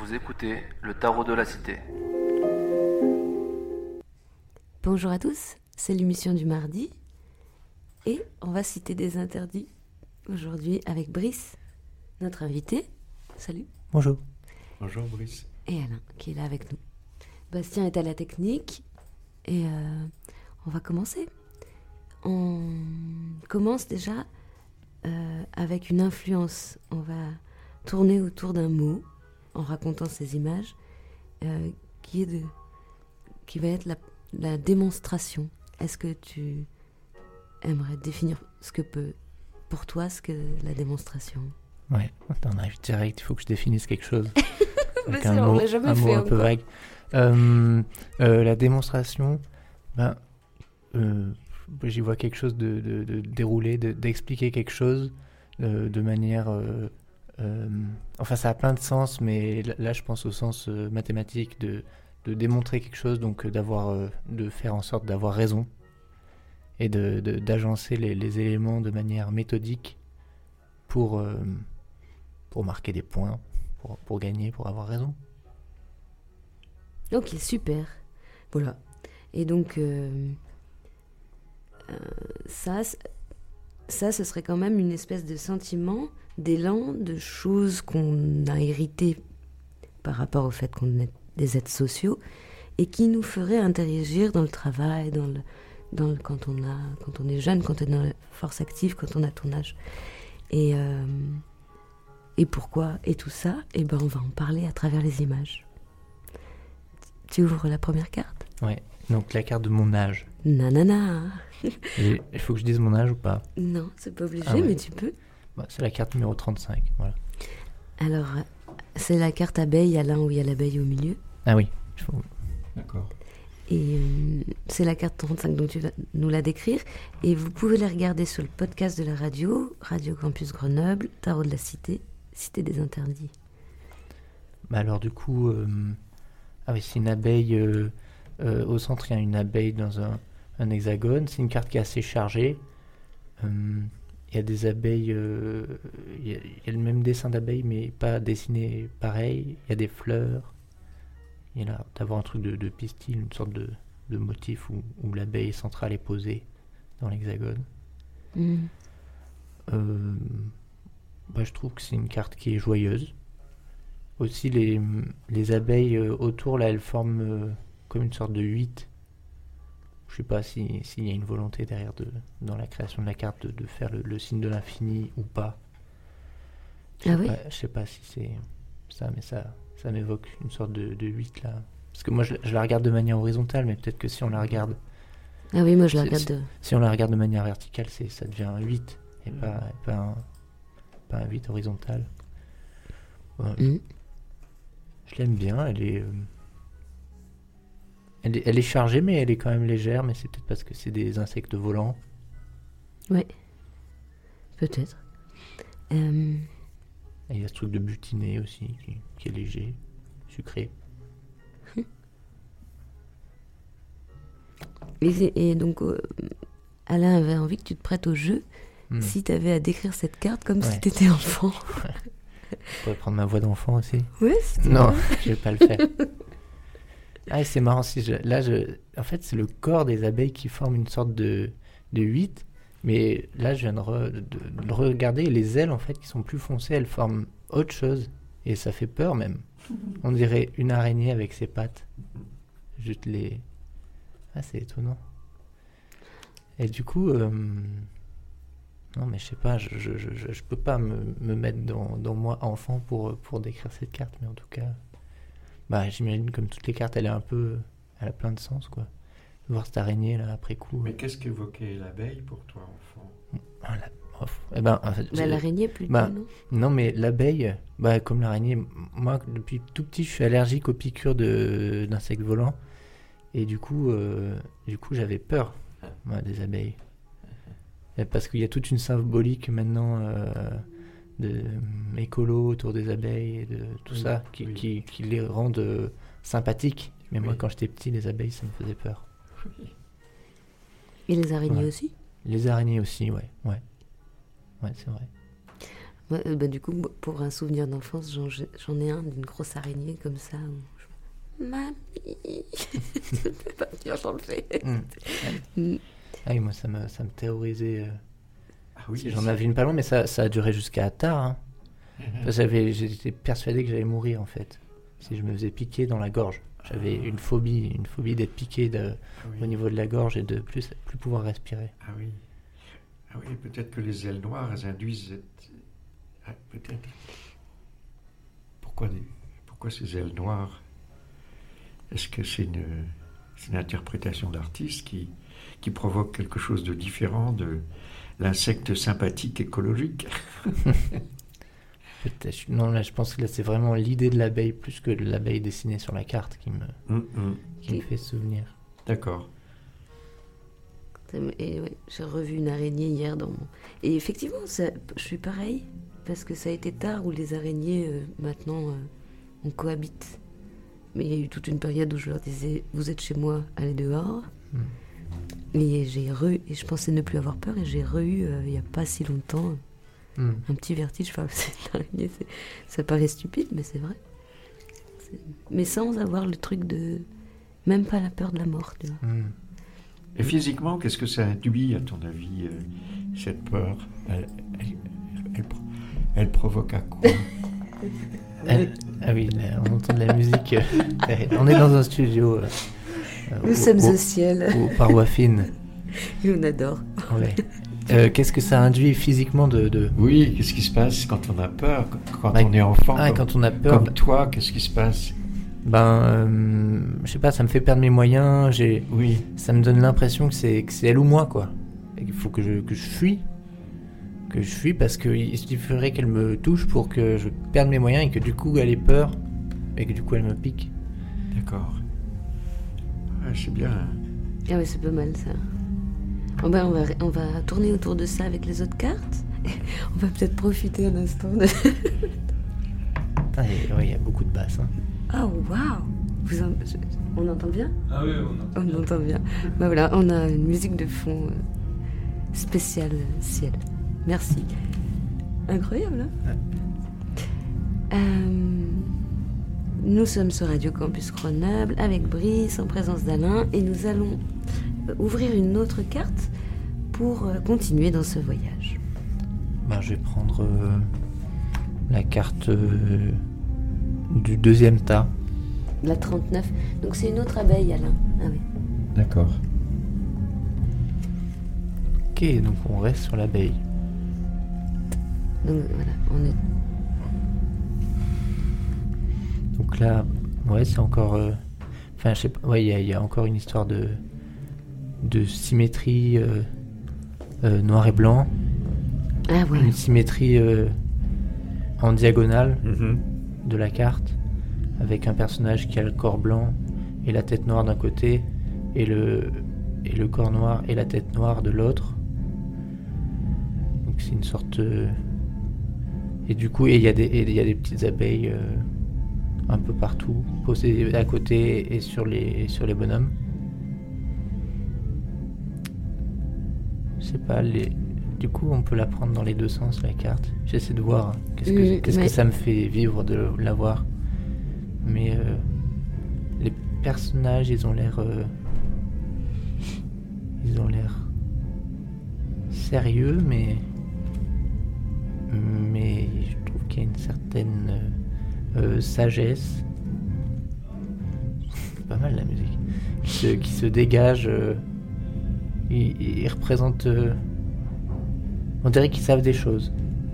Vous écoutez le Tarot de la Cité. Bonjour à tous, c'est l'émission du mardi et on va citer des interdits aujourd'hui avec Brice, notre invité. Salut. Bonjour. Bonjour Brice. Et Alain qui est là avec nous. Bastien est à la technique et on va commencer. On commence déjà avec une influence. On va tourner autour d'un mot en racontant ces images qui va être la démonstration. Est-ce que tu aimerais définir ce que la démonstration? Ouais, on arrive direct, il faut que je définisse quelque chose. Mais Avec on l'a jamais fait un peu encore. vague. La démonstration, j'y vois quelque chose de déroulé, d'expliquer quelque chose de manière... enfin, ça a plein de sens, mais là, je pense au sens mathématique de démontrer quelque chose, donc de faire en sorte d'avoir raison et d'agencer les éléments de manière méthodique pour marquer des points, pour gagner, pour avoir raison. Ok, super. Voilà. Et donc, ça, ce serait quand même une espèce de sentiment, d'élan, de choses qu'on a héritées par rapport au fait qu'on est des êtres sociaux et qui nous ferait interagir dans le travail, quand on est jeune, quand on est dans la force active, quand on a ton âge. Et pourquoi? Et tout ça, on va en parler à travers les images. Tu ouvres la première carte? Ouais, donc la carte de mon âge. Nanana. Il faut que je dise mon âge ou pas? Non, c'est pas obligé, Ouais. mais tu peux. C'est la carte numéro 35, voilà. Alors, c'est la carte abeille, Alain, où il y a l'abeille au milieu. Ah oui, D'accord. Et c'est la carte 35, donc tu vas nous la décrire. Et vous pouvez la regarder sur le podcast de la radio, Radio Campus Grenoble, Tarot de la Cité, Cité des Interdits. alors du coup, c'est une abeille, au centre il y a une abeille dans un hexagone, c'est une carte qui est assez chargée. Il y a des abeilles, il y a le même dessin d'abeille mais pas dessiné pareil, il y a des fleurs, il y a là d'avoir un truc de pistil, une sorte de motif où l'abeille centrale est posée dans l'hexagone. Je trouve que c'est une carte qui est joyeuse. Aussi les abeilles autour là, elles forment comme une sorte de 8. Je sais pas s'il y a une volonté derrière dans la création de la carte de faire le signe de l'infini ou pas. Je sais pas si c'est ça, mais ça m'évoque une sorte de 8 là. Parce que moi je la regarde de manière horizontale, mais peut-être que si on la regarde... Ah oui, moi je la regarde. Si on la regarde de manière verticale, ça devient un 8 et pas un 8 horizontal. Ouais. Je l'aime bien, elle est chargée, mais elle est quand même légère, mais c'est peut-être parce que c'est des insectes volants. Ouais, peut-être. Et il y a ce truc de butiné aussi, qui est léger, sucré. Et donc, Alain avait envie que tu te prêtes au jeu si tu avais à décrire cette carte comme si tu étais enfant. Je pourrais prendre ma voix d'enfant aussi. Ouais, non, je vais pas le faire. Ah, c'est marrant. En fait, c'est le corps des abeilles qui forme une sorte de 8. Mais là, je viens de le regarder. Et les ailes, en fait, qui sont plus foncées, elles forment autre chose. Et ça fait peur, même. On dirait une araignée avec ses pattes. Juste les... Ah, c'est étonnant. Et du coup... Non, mais je sais pas. Je peux pas me mettre dans moi, enfant, pour décrire cette carte. Mais en tout cas... j'imagine comme toutes les cartes, elle a plein de sens, quoi. Voir cette araignée là après coup. Mais qu'est-ce qu'évoquait l'abeille pour toi, enfant? En fait, l'araignée plutôt, non? Non, mais l'abeille, comme l'araignée, moi depuis tout petit, je suis allergique aux piqûres d'insectes volants, et du coup j'avais peur, moi, des abeilles, parce qu'il y a toute une symbolique maintenant. De écolo autour des abeilles et de tout ça qui les rendent sympathiques. Mais moi, quand j'étais petit, les abeilles, ça me faisait peur. Et les araignées aussi? Les araignées aussi, ouais, c'est vrai. Ouais, du coup, pour un souvenir d'enfance, j'en ai un d'une grosse araignée comme ça. Mamie, tu ne peux pas venir, j'en le fais. Ah oui, moi ça me terrorisait. Ah oui, Si j'en avais une pas loin, mais ça a duré jusqu'à tard. Hein. Parce que j'étais persuadé que j'allais mourir en fait. Si je me faisais piquer dans la gorge. J'avais une phobie d'être piqué au niveau de la gorge et de plus pouvoir respirer. Ah oui. Ah oui, peut-être que les ailes noires, elles induisent... Ah, peut-être. Pourquoi ces ailes noires? Est-ce que c'est une interprétation d'artiste qui provoque quelque chose de différent de l'insecte sympathique écologique? Peut-être. Non, là, je pense que là, c'est vraiment l'idée de l'abeille plus que l'abeille dessinée sur la carte qui me fait souvenir. D'accord. Et ouais, j'ai revu une araignée hier Et effectivement, je suis pareil, parce que ça a été tard où les araignées, maintenant, on cohabite. Mais il y a eu toute une période où je leur disais, vous êtes chez moi, allez dehors. Et je pensais ne plus avoir peur, et j'ai eu il n'y a pas si longtemps, un petit vertige. Enfin, c'est une araignée, ça paraît stupide, mais c'est vrai. Mais sans avoir le truc de... Même pas la peur de la mort, tu vois. Et physiquement, qu'est-ce que ça induit, à ton avis, cette peur? Elle provoque à quoi? Ah oui, là, on entend de la musique. On est dans un studio. Nous sommes au ciel. Aux parois fines. Et on adore. Ouais. Qu'est-ce que ça induit physiquement de... Oui, qu'est-ce qui se passe quand on a peur? Quand on est enfant, quand on a peur, comme toi, qu'est-ce qui se passe? Je sais pas, ça me fait perdre mes moyens. Oui. Ça me donne l'impression que c'est elle ou moi, quoi. Et qu'il faut que je fuis. Que je fuis parce qu'il suffirait qu'elle me touche pour que je perde mes moyens et que du coup elle ait peur et que du coup elle me pique. D'accord. Ah, c'est bien. Ah ouais, c'est pas mal ça. On va tourner autour de ça avec les autres cartes. On va peut-être profiter un instant de... Il y a beaucoup de basses. Hein. Oh waouh! On entend bien? Ah oui, on entend bien. Voilà, on a une musique de fond spéciale ciel. Merci. Incroyable, hein? Ouais. Nous sommes sur Radio Campus Grenoble avec Brice en présence d'Alain et nous allons ouvrir une autre carte pour continuer dans ce voyage. Je vais prendre la carte du deuxième tas. La 39. Donc c'est une autre abeille, Alain. Ah oui. D'accord. Ok, donc on reste sur l'abeille. Donc voilà, on est... Donc là, ouais, c'est encore... Enfin, je sais pas, ouais, il y a encore une histoire de symétrie noir et blanc. Ah ouais. Une symétrie en diagonale de la carte, avec un personnage qui a le corps blanc et la tête noire d'un côté, et le corps noir et la tête noire de l'autre. Donc c'est une sorte... Et du coup, il y a des petites abeilles un peu partout, posées à côté et sur les bonhommes. Je sais pas, du coup, on peut la prendre dans les deux sens, la carte. J'essaie de voir qu'est-ce que ça me fait vivre de la voir. Mais les personnages, ils ont l'air sérieux, mais je trouve qu'il y a une certaine sagesse. C'est pas mal la musique. Qui se dégage. Ils représentent... on dirait qu'ils savent des choses.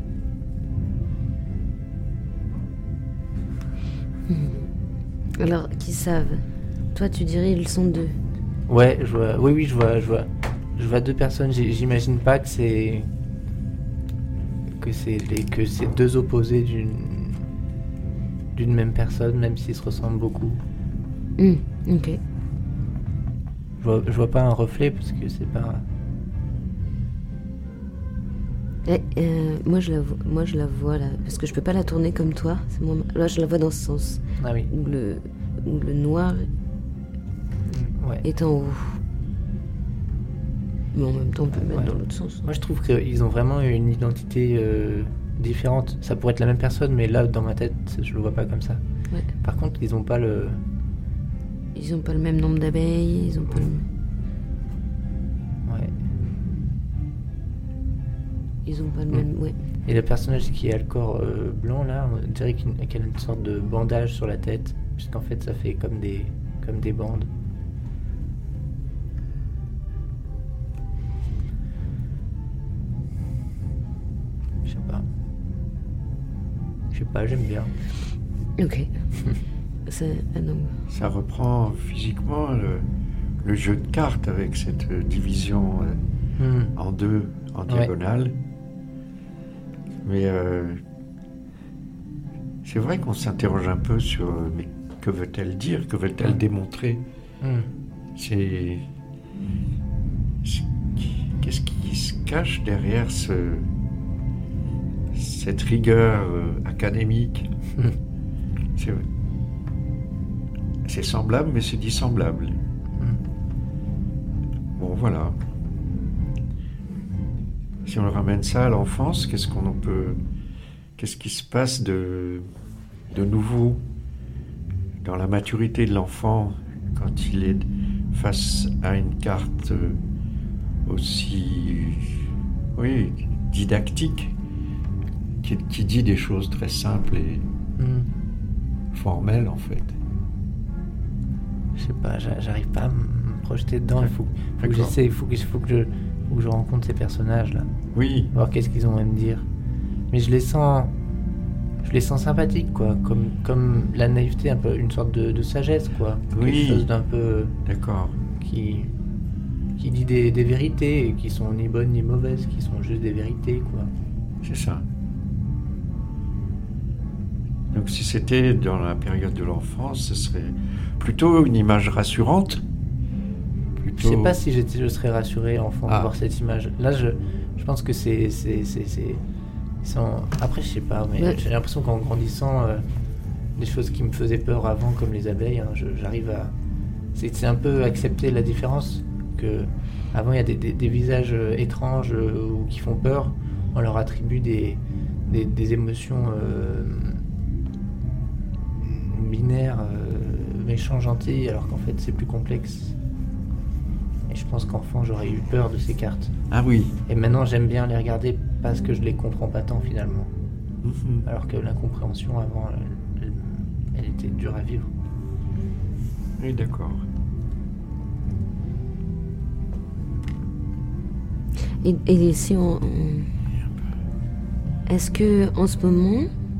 Alors, qui savent? Toi, tu dirais ils sont deux. Ouais, je vois deux personnes. J'imagine pas que c'est deux opposés d'une même personne, même s'ils se ressemblent beaucoup. Ok. Je vois pas un reflet parce que c'est pas... Moi je la vois là, parce que je peux pas la tourner comme toi. Là je la vois dans ce sens. Ah oui. Où le noir est en haut. Mais en même temps on peut le mettre dans l'autre sens. Moi je trouve qu'ils ont vraiment une identité différentes. Ça pourrait être la même personne, mais là, dans ma tête, je le vois pas comme ça. Ouais. Par contre, ils ont pas le... Ils ont pas le même nombre d'abeilles, ils ont pas le... Ouais. Ils ont pas le même... Ouais. Et le personnage qui a le corps blanc, là, on dirait qu'il a une sorte de bandage sur la tête, puisqu'en fait, ça fait comme des bandes. Je sais pas, j'aime bien. Ok. Donc... Ça reprend physiquement le jeu de cartes avec cette division en deux, en diagonale. Mais c'est vrai qu'on s'interroge un peu sur mais que veut-elle dire, que veut-elle démontrer. Qu'est-ce qui se cache derrière cette rigueur académique. C'est semblable, mais c'est dissemblable. Bon, voilà. Si on ramène ça à l'enfance, qu'est-ce qui se passe de nouveau dans la maturité de l'enfant quand il est face à une carte aussi, didactique, qui dit des choses très simples et formelles en fait. Je sais pas, j'arrive pas à me projeter dedans. Il faut que j'essaie, il faut que je rencontre ces personnages là. Oui. Voir qu'est-ce qu'ils ont à me dire. Mais je les sens sympathiques quoi, comme la naïveté, un peu une sorte de sagesse quoi. Quelque chose d'un peu. D'accord. Qui dit des vérités qui sont ni bonnes ni mauvaises, qui sont juste des vérités quoi. C'est ça. Donc si c'était dans la période de l'enfance, ce serait plutôt une image rassurante. Je sais pas si je serais rassuré enfant de voir cette image. Là, je pense que c'est après je sais pas, mais j'ai l'impression qu'en grandissant, des choses qui me faisaient peur avant, comme les abeilles, j'arrive à... C'est un peu accepter la différence, que avant il y a des visages étranges ou qui font peur, on leur attribue des émotions binaires, méchants, gentils, alors qu'en fait c'est plus complexe. Et je pense qu'enfant j'aurais eu peur de ces cartes. Ah oui. Et maintenant j'aime bien les regarder parce que je les comprends pas tant finalement. Alors que l'incompréhension avant, elle était dure à vivre. Oui, d'accord. Et si on... Est-ce que en ce moment...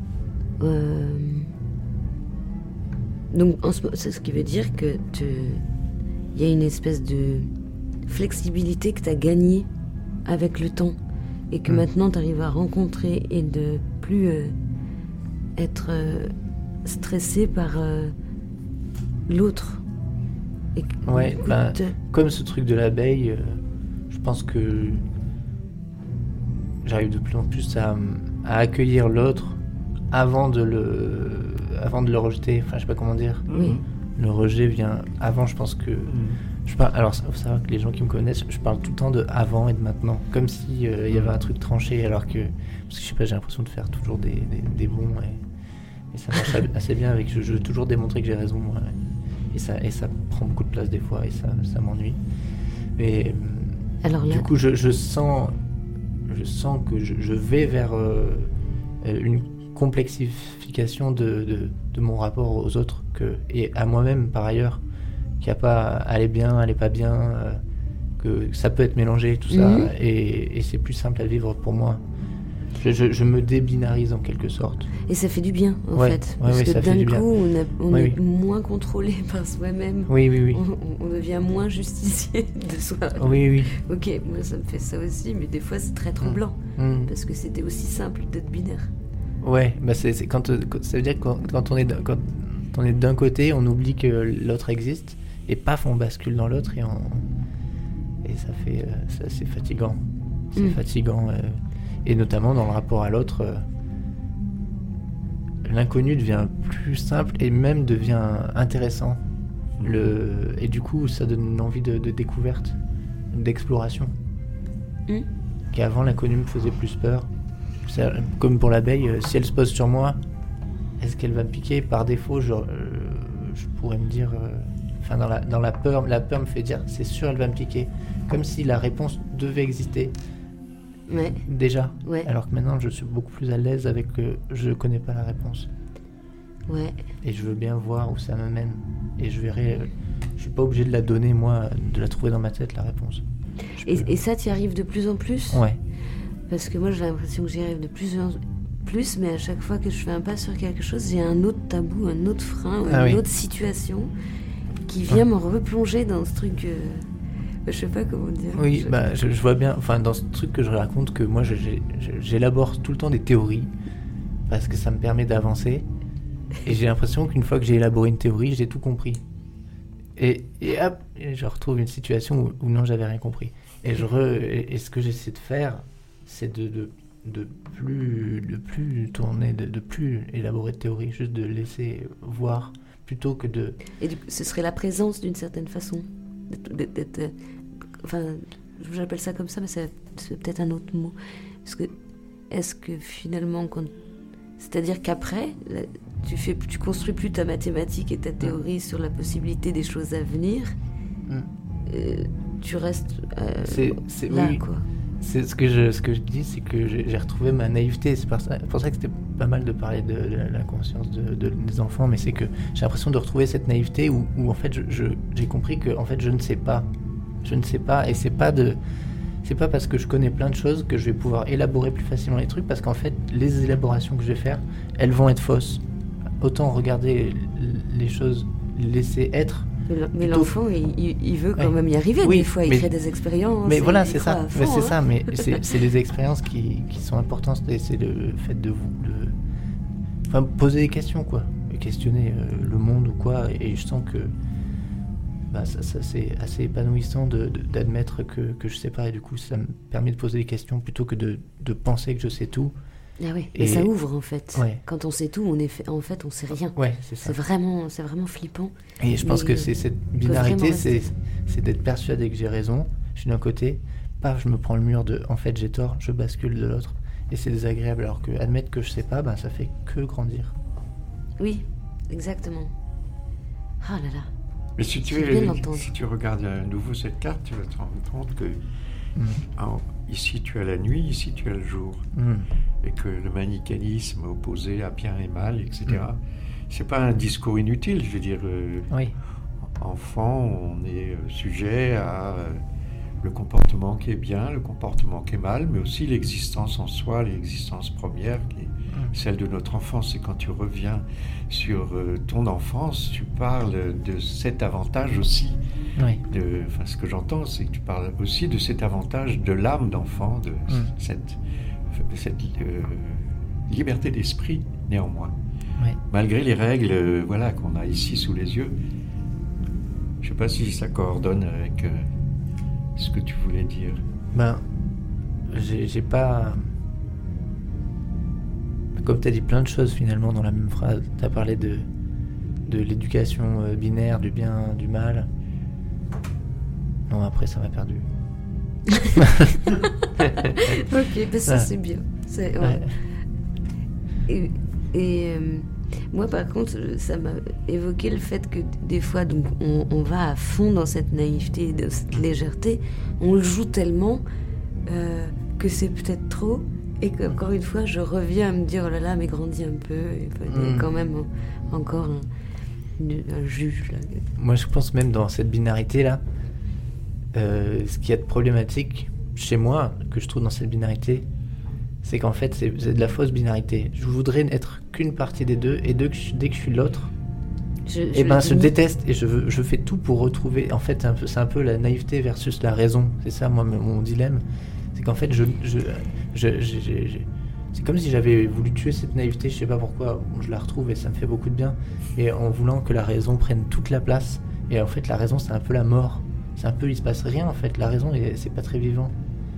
Donc c'est ce qui veut dire que il y a une espèce de flexibilité que tu as gagnée avec le temps et que maintenant tu arrives à rencontrer et de plus être stressé par l'autre. Ouais, comme ce truc de l'abeille, je pense que j'arrive de plus en plus à accueillir l'autre avant de le rejeter. Enfin, je sais pas comment dire. Oui. Le rejet vient avant, je pense que... Alors, il faut savoir que les gens qui me connaissent, je parle tout le temps de avant et de maintenant. Comme si y avait un truc tranché, alors que... Parce que je sais pas, j'ai l'impression de faire toujours des bons et ça marche assez bien avec... Je veux toujours démontrer que j'ai raison, moi. Et ça prend beaucoup de place des fois et ça m'ennuie. Et alors là... Du coup, je sens que je vais vers une complexification de mon rapport aux autres et à moi-même par ailleurs, qu'il n'y a pas aller bien, aller pas bien, que ça peut être mélangé tout ça et c'est plus simple à vivre pour moi. Je me débinarise en quelque sorte. Et ça fait du bien en fait, parce que d'un coup on est moins contrôlé par soi-même. Oui. On devient moins justicier de soi. Oui. Ok, moi ça me fait ça aussi, mais des fois c'est très troublant parce que c'était aussi simple d'être binaire. Ouais, bah c'est quand ça veut dire que quand on est d'un côté, on oublie que l'autre existe et paf, on bascule dans l'autre et ça fait c'est assez fatigant. C'est fatigant et notamment dans le rapport à l'autre, l'inconnu devient plus simple et même devient intéressant. Et du coup, ça donne une envie de découverte, d'exploration. Qu'avant, l'inconnu me faisait plus peur. Comme pour l'abeille, si elle se pose sur moi, est-ce qu'elle va me piquer? Par défaut, je pourrais me dire... dans la peur me fait dire, c'est sûr, elle va me piquer. Comme si la réponse devait exister. Ouais. Déjà. Ouais. Alors que maintenant, je suis beaucoup plus à l'aise avec que je connais pas la réponse. Ouais. Et je veux bien voir où ça me mène. Et je verrai... je suis pas obligé de la donner, moi, de la trouver dans ma tête, la réponse. Et ça, tu y arrives de plus en plus? Ouais. Parce que moi, j'ai l'impression que j'y arrive de plus en plus, mais à chaque fois que je fais un pas sur quelque chose, j'ai un autre tabou, un autre frein, une autre situation qui vient me replonger dans ce truc... je sais pas comment dire. Oui, je vois bien, dans ce truc que je raconte, que moi, j'élabore tout le temps des théories, parce que ça me permet d'avancer. Et j'ai l'impression qu'une fois que j'ai élaboré une théorie, j'ai tout compris. Et hop, je retrouve une situation où non, j'avais rien compris. Et ce que j'essaie de faire, c'est de plus tourner, de plus élaborer de théorie, juste de laisser voir plutôt que de... Et ce serait la présence d'une certaine façon. J'appelle ça comme ça, mais c'est peut-être un autre mot. Parce que, est-ce que finalement, c'est-à-dire qu'après, là, tu construis plus ta mathématique et ta théorie sur la possibilité des choses à venir, tu restes là, oui. quoi. C'est ce que je dis, c'est que j'ai retrouvé ma naïveté. C'est pour ça que c'était pas mal de parler de la conscience des enfants, mais c'est que j'ai l'impression de retrouver cette naïveté où en fait j'ai compris que en fait je ne sais pas, et c'est pas parce que je connais plein de choses que je vais pouvoir élaborer plus facilement les trucs, parce qu'en fait les élaborations que je vais faire, elles vont être fausses. Autant regarder les choses, les laisser être. Mais l'enfant, il veut quand même y arriver. Des fois, il crée des expériences. Mais voilà, c'est ça. C'est ça. Mais c'est les expériences qui sont importantes. Et c'est le fait de poser des questions, quoi. Et questionner le monde ou quoi. Et je sens que ça c'est assez épanouissant d'admettre que je sais pas. Et du coup, ça me permet de poser des questions plutôt que de penser que je sais tout. Ah oui, mais ça ouvre en fait. Ouais. Quand on sait tout, on sait rien. Ouais, c'est ça. C'est vraiment flippant. Et je pense que c'est cette binarité, c'est d'être persuadé que j'ai raison. Je suis d'un côté, paf, je me prends le mur de en fait j'ai tort, je bascule de l'autre. Et c'est désagréable, alors que admettre que je sais pas, ça fait que grandir. Oui, exactement. Ah là là. Mais si tu regardes à nouveau cette carte, tu vas te rendre compte que ici tu as la nuit, ici tu as le jour. Et que le manichéisme opposé à bien et mal, etc. C'est pas un discours inutile, je veux dire. Oui. Enfant, on est sujet à le comportement qui est bien, le comportement qui est mal, mais aussi l'existence en soi, l'existence première qui est celle de notre enfance. Et quand tu reviens sur ton enfance, tu parles de cet avantage aussi. Oui. Ce que j'entends, c'est que tu parles aussi de cet avantage de l'âme d'enfant, de cette liberté d'esprit, néanmoins. Oui. Malgré les règles qu'on a ici sous les yeux. Je ne sais pas si ça coordonne avec ce que tu voulais dire. J'ai pas... Comme tu as dit plein de choses finalement dans la même phrase. Tu as parlé de l'éducation binaire, du bien, du mal. Non, après ça m'a perdu. Ok, ça c'est bien. Moi par contre, ça m'a évoqué le fait que des fois donc, on va à fond dans cette naïveté, dans cette légèreté, on le joue tellement que c'est peut-être trop, et qu'encore une fois je reviens à me dire oh là là mais grandis un peu, il y a quand même encore un juge là. Moi je pense même dans cette binarité là, ce qu'il y a de problématique chez moi, que je trouve dans cette binarité, c'est qu'en fait c'est de la fausse binarité. Je voudrais n'être qu'une partie des deux, et dès que je suis l'autre, je déteste, et je fais tout pour retrouver. En fait c'est un peu la naïveté versus la raison. C'est ça moi mon dilemme, c'est qu'en fait c'est comme si j'avais voulu tuer cette naïveté, je sais pas pourquoi. Je la retrouve et ça me fait beaucoup de bien, et en voulant que la raison prenne toute la place. Et en fait la raison c'est un peu la mort, c'est un peu il se passe rien en fait. La raison c'est pas très vivant.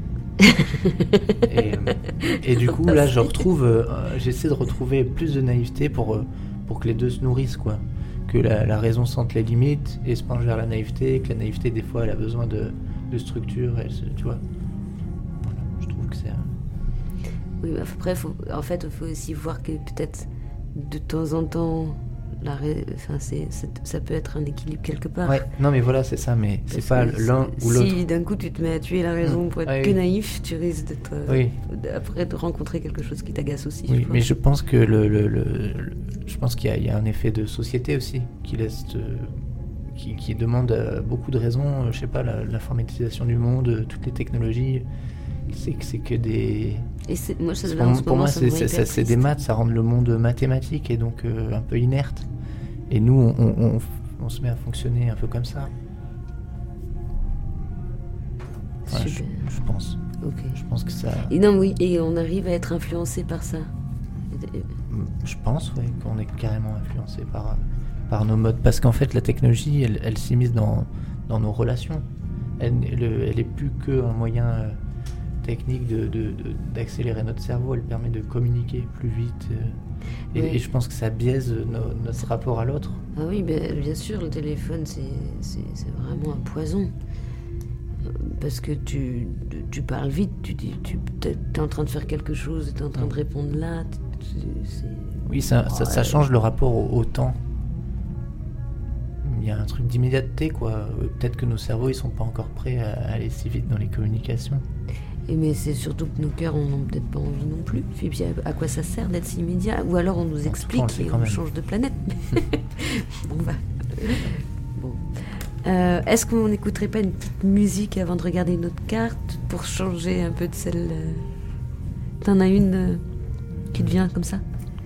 et du coup là j'essaie de retrouver plus de naïveté pour que les deux se nourrissent, quoi. Que la raison sente les limites et se penche vers la naïveté, que la naïveté des fois elle a besoin de structure, tu vois. Voilà, je trouve que c'est Oui, mais après, faut aussi voir que peut-être de temps en temps, ça peut être un équilibre quelque part. Ouais, non mais voilà, c'est ça, mais c'est pas l'un ou l'autre. Si d'un coup tu te mets à tuer la raison pour être que naïf, tu risques d'être après de rencontrer quelque chose qui t'agace aussi. Oui, mais je pense que je pense qu'il y a un effet de société aussi qui laisse qui demande beaucoup de raisons. Je sais pas, l'informatisation du monde, toutes les technologies, c'est que des. Et pour moi, c'est des maths, ça rend le monde mathématique et donc un peu inerte. Et nous, on se met à fonctionner un peu comme ça. Ouais, je pense. Okay. Je pense que ça. Et on arrive à être influencé par ça. Je pense, oui, qu'on est carrément influencé par nos modes. Parce qu'en fait, la technologie, elle s'immisce dans nos relations. Elle est plus qu'un moyen technique d'accélérer notre cerveau. Elle permet de communiquer plus vite. Et je pense que ça biaise notre rapport à l'autre. Ah oui, bien sûr, le téléphone, c'est vraiment un poison. Parce que tu parles vite, tu es en train de faire quelque chose, tu es en train de répondre là. Oui, ça change le rapport au temps. Il y a un truc d'immédiateté, quoi. Peut-être que nos cerveaux, ils sont pas encore prêts à aller si vite dans les communications. Mais c'est surtout que nos cœurs n'ont peut-être pas envie non plus. Et puis à quoi ça sert d'être si immédiat? Ou alors on nous explique et on change de planète. On va. Bon. Est-ce qu'on n'écouterait pas une petite musique avant de regarder notre carte pour changer un peu de celle... T'en as une qui te vient comme ça?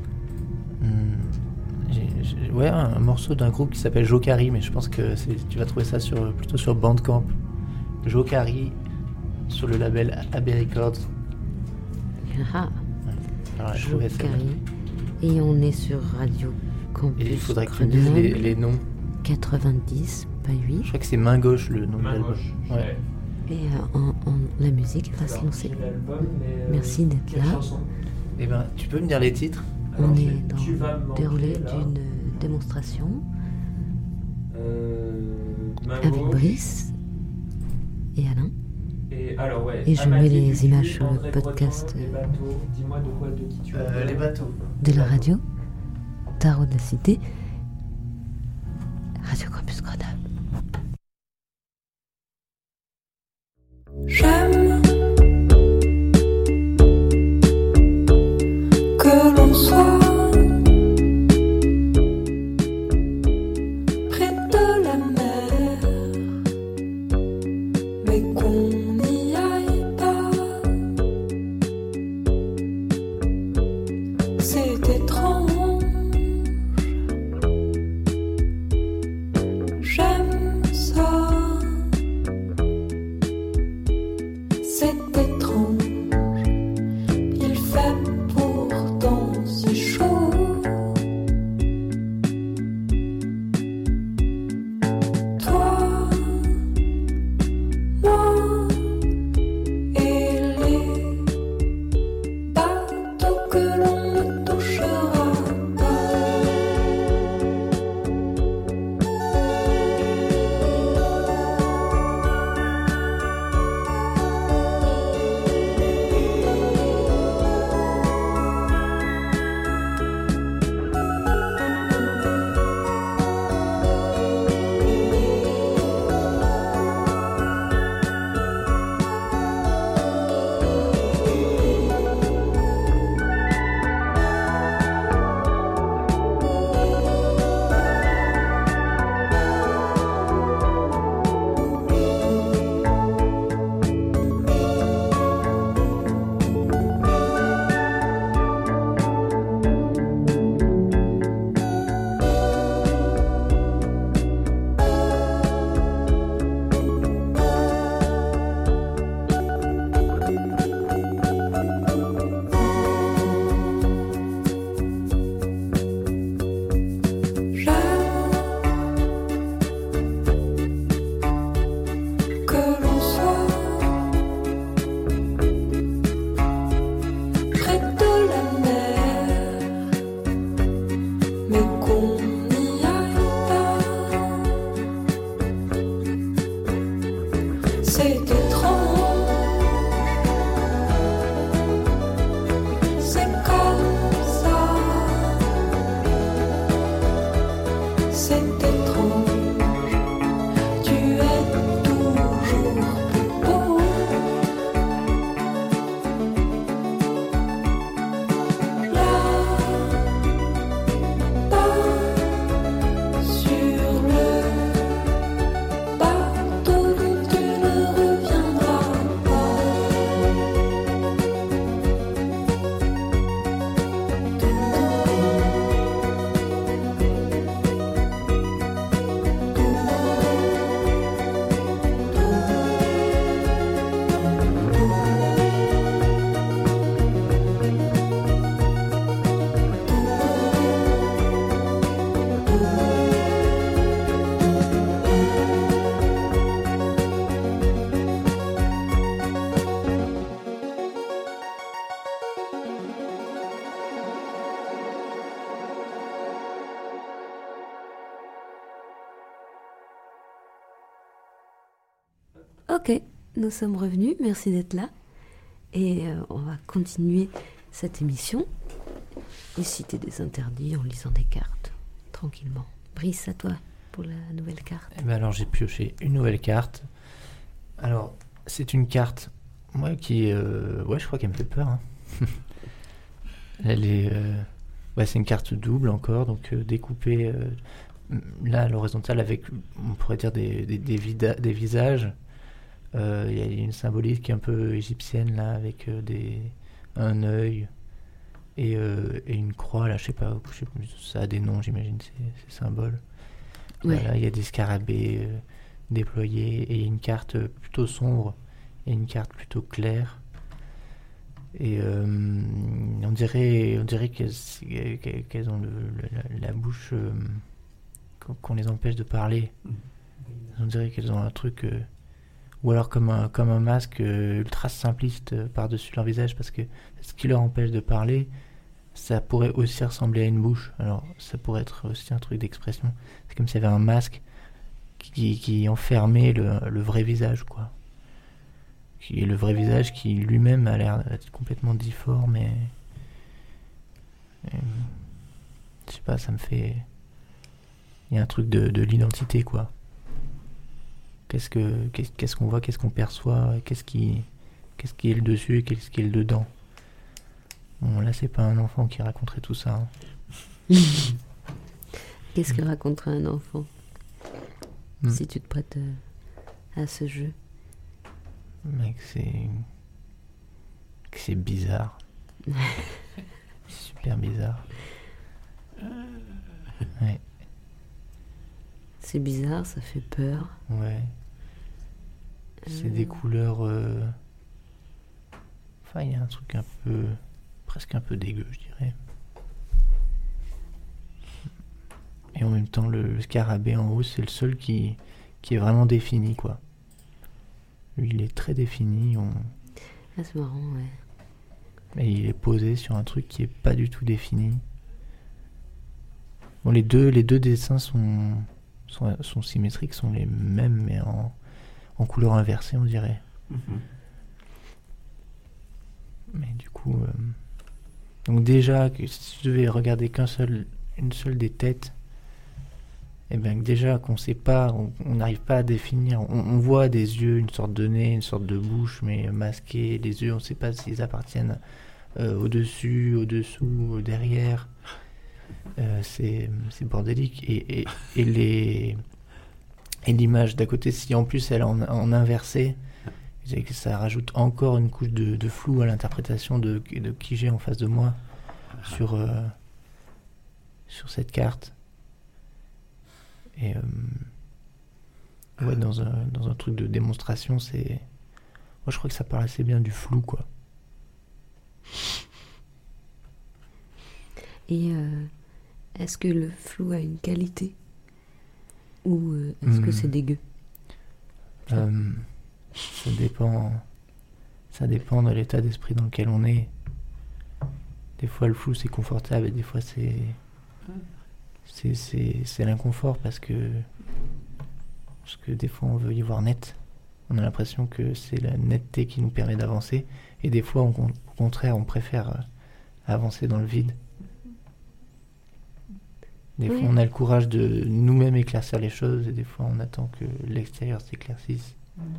Ouais, un morceau d'un groupe qui s'appelle Jokari, mais je pense que tu vas trouver ça plutôt sur Bandcamp. Jokari, sur le label AB Records. Ah, alors, Jokari. Et on est sur Radio Campus. Et il faudrait que tu me dises les noms. 90, pas 8. Je crois que c'est Main Gauche le nom de l'album. Ouais. Et la musique va se lancer. Merci d'être là. Eh ben, tu peux me dire les titres? On est dans le déroulé d'une démonstration avec Brice et Alain. Et je mets les images sur le podcast les bateaux de la radio Tarot de la Cité, Radio Campus Grenoble. J'aime que l'on soit près de la mer, mais qu'on n'y aille pas. C'est étrange. J'aime ça. C'est étrange. Il fait pourtant si chaud. Toi, moi et les bateaux que l'on ne touchera Ok, nous sommes revenus, merci d'être là. Et on va continuer cette émission. Et citer des interdits en lisant des cartes, tranquillement. Brice, à toi pour la nouvelle carte. Eh ben alors j'ai pioché une nouvelle carte. Alors c'est une carte, moi qui, ouais, je crois qu'elle me fait peur. Hein. Elle est, ouais, c'est une carte double encore, donc découpée là à l'horizontale avec, on pourrait dire des visages. Il y a une symbolique qui est un peu égyptienne là avec un œil. Et une croix, là, je sais pas, ça a des noms, j'imagine, ces symboles. Ouais. Voilà, il y a des scarabées déployés, et une carte plutôt sombre, et une carte plutôt claire. Et on dirait qu'elles ont la bouche, qu'on les empêche de parler. On dirait qu'elles ont un truc... ou alors comme un masque ultra simpliste par-dessus leur visage, parce que ce qui leur empêche de parler, ça pourrait aussi ressembler à une bouche. Alors ça pourrait être aussi un truc d'expression. C'est comme s'il y avait un masque qui enfermait le vrai visage, quoi. Qui est le vrai visage qui lui-même a l'air d'être complètement difforme et je sais pas, ça me fait... Il y a un truc de l'identité, quoi. Qu'est-ce qu'on voit, qu'est-ce qu'on perçoit, qu'est-ce qui est le dessus et qu'est-ce qui est le dedans. Bon, là, c'est pas un enfant qui raconterait tout ça. Hein. Qu'est-ce que raconterait un enfant si tu te prêtes à ce jeu? Mec, c'est bizarre. C'est super bizarre. Ouais. C'est bizarre, ça fait peur. Ouais. C'est des couleurs... Enfin, il y a un truc un peu... presque un peu dégueu, je dirais. Et en même temps, le scarabée en haut, c'est le seul qui est vraiment défini, quoi. Lui, il est très défini. Ah, c'est marrant, ouais. Et il est posé sur un truc qui est pas du tout défini. Bon, les deux dessins sont symétriques, sont les mêmes, mais en couleur inversée, on dirait. Mais du coup... Donc déjà, si je devais regarder une seule des têtes, et bien déjà qu'on sait pas, on n'arrive pas à définir. On voit des yeux, une sorte de nez, une sorte de bouche, mais masqués. Les yeux, on ne sait pas s'ils appartiennent au-dessus, au-dessous, derrière. C'est bordélique. Et l'image d'à côté, si en plus elle est en inversé, ça rajoute encore une couche de flou à l'interprétation de qui j'ai en face de moi sur cette carte. Et ouais, dans un truc de démonstration, moi je crois que ça parle assez bien du flou, quoi. Et est-ce que le flou a une qualité ou est-ce que c'est dégueu? Ça dépend de l'état d'esprit dans lequel on est. Des fois le flou c'est confortable et des fois c'est l'inconfort parce que des fois on veut y voir net. On a l'impression que c'est la netteté qui nous permet d'avancer et des fois au contraire on préfère avancer dans le vide. Des fois on a le courage de nous-mêmes éclaircir les choses et des fois on attend que l'extérieur s'éclaircisse.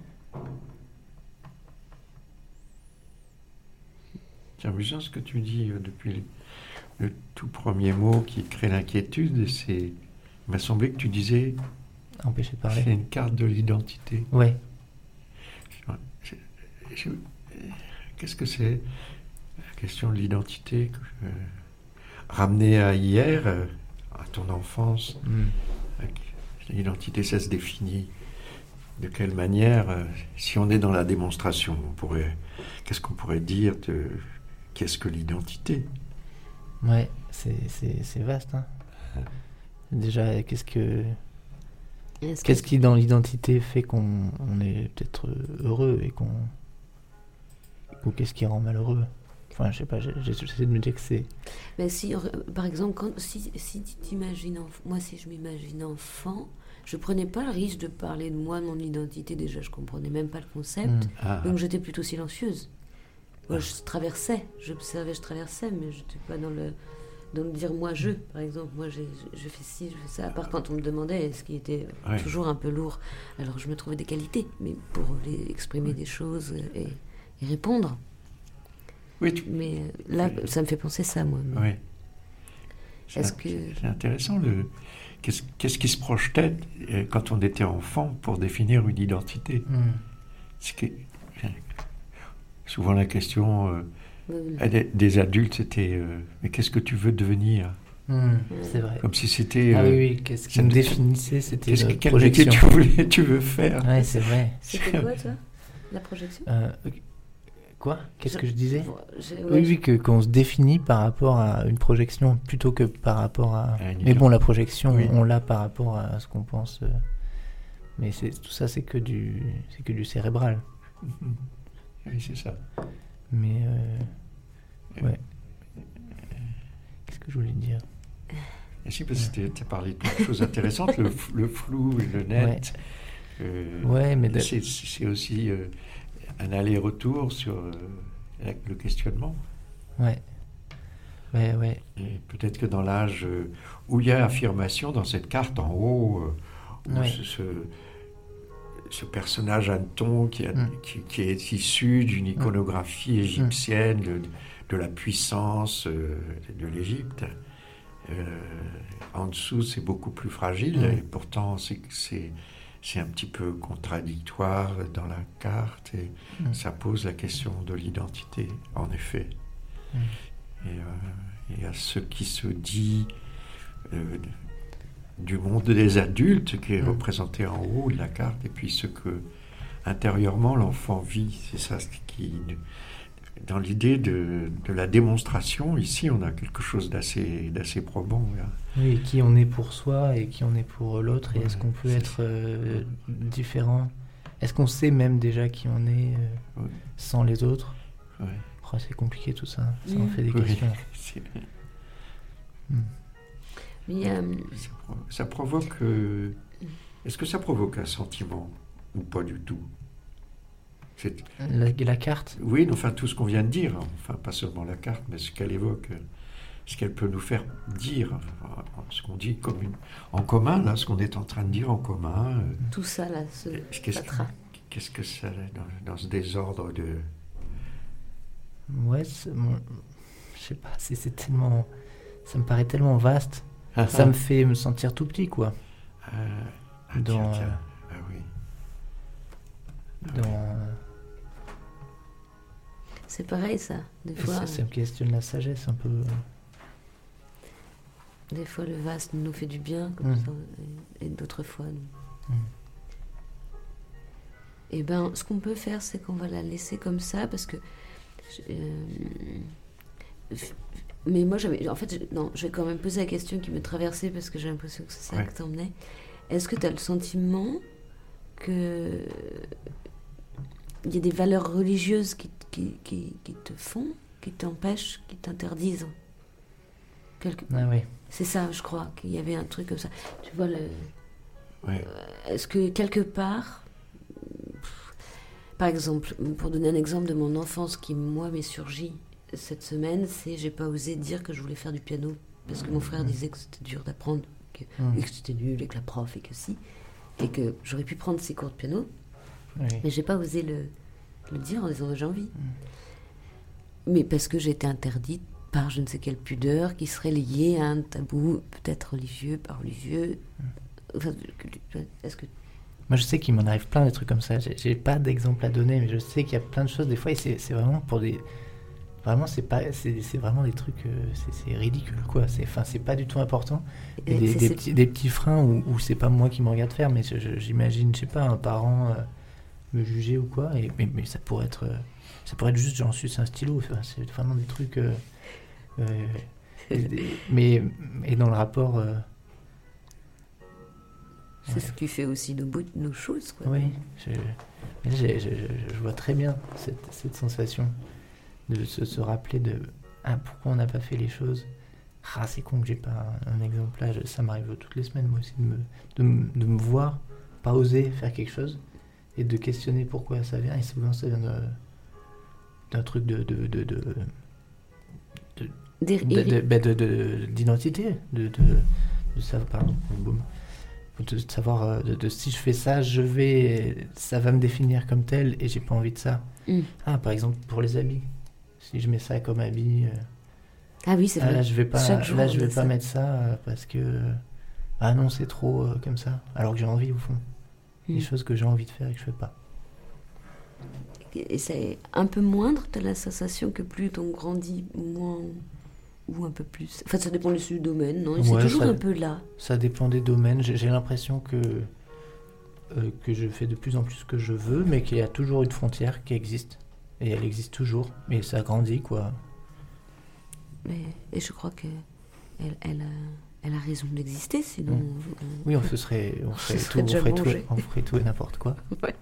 C'est amusant ce que tu dis depuis le tout premier mot qui crée l'inquiétude. Il m'a semblé que tu disais empêcher de parler. C'est une carte de l'identité. Ouais. Qu'est-ce que c'est la question de l'identité ramenée à hier, à ton enfance. L'identité, ça se définit de quelle manière? Si on est dans la démonstration, qu'est-ce qu'on pourrait dire de qu'est-ce que l'identité? Ouais, c'est vaste. Hein. Déjà, qu'est-ce qui dans l'identité fait qu'on est peut-être heureux ou qu'est-ce qui rend malheureux? Enfin, je sais pas, j'essaie de me dire que c'est... Mais si, par exemple, si tu t'imagines... Moi, si je m'imagine enfant, je prenais pas le risque de parler de moi, de mon identité. Déjà, je comprenais même pas le concept. Donc j'étais plutôt silencieuse. Moi, je traversais, j'observais, je traversais, mais je n'étais pas dans le dire moi je, par exemple. Moi, je fais ci, je fais ça. À part quand on me demandait, ce qui était toujours un peu lourd. Alors, je me trouvais des qualités, mais pour exprimer des choses et répondre. Oui, Mais là, ça me fait penser ça, moi. Oui. Est-ce que... C'est intéressant. Qu'est-ce qui se projetait quand on était enfant pour définir une identité? Souvent la question des adultes, c'était mais qu'est-ce que tu veux devenir? C'est vrai. Comme si c'était... oui, qu'est-ce qui me définissait? C'était la quel métier projection. tu veux faire? Ouais, c'est vrai. C'était quoi, toi? La projection? Quoi? Qu'est-ce que je disais? Ouais, Oui, qu'on se définit par rapport à une projection plutôt que par rapport à... Mais bon, la projection, oui. on l'a par rapport à ce qu'on pense. Mais tout ça, c'est que du cérébral. Oui, c'est ça. Mais ouais. Qu'est-ce que je voulais dire? Et si, parce que tu as parlé de plein de choses intéressantes, le flou, le net. Ouais, mais c'est aussi un aller-retour sur le questionnement. Ouais. Et peut-être que dans l'âge où il y a affirmation, dans cette carte en haut, où ce personnage Anton qui est issu d'une iconographie égyptienne de la puissance de l'Égypte. En dessous, c'est beaucoup plus fragile et pourtant c'est un petit peu contradictoire dans la carte et ça pose la question de l'identité, en effet. Et à ce qui se dit du monde des adultes qui est représenté en haut de la carte et puis ce que intérieurement l'enfant vit, c'est ça qui... Dans l'idée de la démonstration, ici, on a quelque chose d'assez probant. Là. Oui, qui on est pour soi et qui on est pour l'autre. Et est-ce qu'on peut être différent? Est-ce qu'on sait même déjà qui on est sans les autres? C'est compliqué tout ça. Ça en fait des questions. Ça provoque... Est-ce que ça provoque un sentiment ou pas du tout? La carte? Oui, enfin tout ce qu'on vient de dire, enfin pas seulement la carte, mais ce qu'elle évoque, ce qu'elle peut nous faire dire, ce qu'on dit en commun, là, ce qu'on est en train de dire en commun. Tout ça, là, qu'est-ce que ça dans ce désordre de... Ouais, je sais pas, c'est tellement... Ça me paraît tellement vaste. Ça me fait me sentir tout petit, quoi. Tiens. Ah oui. C'est pareil, ça. Des fois, ça me questionne la sagesse un peu. Des fois, le vaste nous fait du bien, comme ça, et d'autres fois, non. Et ben, ce qu'on peut faire, c'est qu'on va la laisser comme ça, parce que... mais moi, je vais quand même poser la question qui me traversait, parce que j'ai l'impression que c'est ça que t'emmenais. Est-ce que tu as le sentiment que... il y a des valeurs religieuses qui te font, qui t'empêchent, qui t'interdisent oui. C'est ça, je crois, qu'il y avait un truc comme ça. Tu vois, est-ce que quelque part... Par exemple, pour donner un exemple de mon enfance qui, moi, m'est surgi cette semaine, c'est j'ai pas osé dire que je voulais faire du piano, parce que mon frère disait que c'était dur d'apprendre, et que c'était nul, et que la prof, et que si, et que j'aurais pu prendre ses cours de piano, mais j'ai pas osé le dire en disant j'ai envie. Mais parce que j'étais interdite par je ne sais quelle pudeur qui serait liée à un tabou, peut-être religieux, pas religieux. Enfin, est-ce que... Moi, je sais qu'il m'en arrive plein de trucs comme ça. J'ai pas d'exemple à donner, mais je sais qu'il y a plein de choses des fois, et c'est vraiment pour des... Vraiment, c'est vraiment des trucs... c'est ridicule, quoi. C'est pas du tout important. Et des petits freins où c'est pas moi qui me regarde faire, mais j'imagine, je sais pas, un parent... me juger ou quoi, mais ça pourrait être juste j'en suce un stylo, enfin, c'est vraiment des trucs mais dans le rapport c'est ce qui fait aussi nos choses, quoi. Oui, je vois très bien cette sensation de se rappeler de pourquoi on n'a pas fait les choses Ah, c'est con que j'ai pas un exemple là. Ça m'arrive toutes les semaines, moi aussi, de me voir, pas oser faire quelque chose et de questionner pourquoi ça vient. Et souvent, ça vient d'un truc d'identité, de savoir, pardon, boum. De savoir si je fais ça, ça va me définir comme tel et j'ai pas envie de ça. Ah, par exemple, pour les habits. Si je mets ça comme habit. Ah oui, c'est vrai. Là, je vais pas, Chaque jour, là, je on vais met pas ça. mettre ça parce que. Ah non, c'est trop comme ça. Alors que j'ai envie, au fond. Des choses que j'ai envie de faire et que je fais pas. Et c'est un peu moindre, t'as la sensation que plus on grandit, moins ou un peu plus. Enfin, ça dépend du domaine, non? Et c'est Ouais, toujours un peu là. Ça dépend des domaines. J'ai l'impression que je fais de plus en plus ce que je veux, mais qu'il y a toujours une frontière qui existe. Et elle existe toujours. Et ça grandit, quoi. Et je crois que elle a raison d'exister, sinon. Oui, on ferait tout et n'importe quoi. Ouais.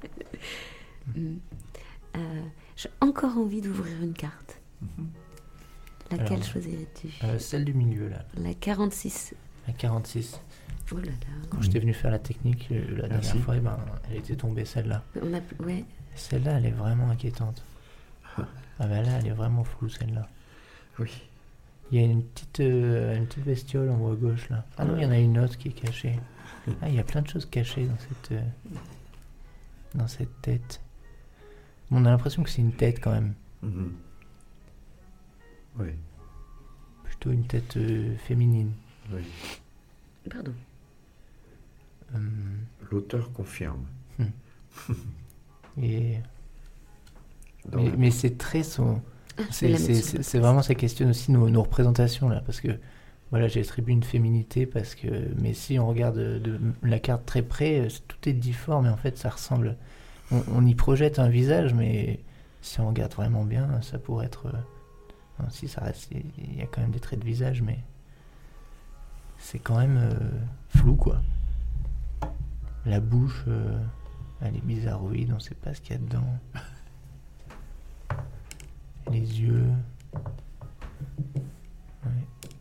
J'ai encore envie d'ouvrir une carte. Laquelle Alors, choisirais-tu? Celle du milieu, là. La 46. La 46. Oh là là. Quand j'étais venu faire la technique la dernière fois, eh ben, elle était tombée, celle-là. Ouais. Celle-là, elle est vraiment inquiétante. Ah ben là, elle est vraiment floue, celle-là. Oui. Il y a une petite bestiole en haut à gauche, là. Ah non, il y en a une autre qui est cachée. Ah, il y a plein de choses cachées dans cette tête. On a l'impression que c'est une tête, quand même. Oui. Plutôt une tête féminine. Oui. Pardon. L'auteur confirme. Mais c'est très son... C'est vraiment, ça questionne aussi nos représentations, là, parce que voilà, j'ai attribué une féminité, mais si on regarde de la carte très près, tout est difforme, et en fait, ça ressemble... On y projette un visage, mais si on regarde vraiment bien, ça pourrait être... si ça reste... Il y a quand même des traits de visage, mais c'est quand même flou, quoi. La bouche, elle est bizarroïde, on sait pas ce qu'il y a dedans. Les yeux. Ouais.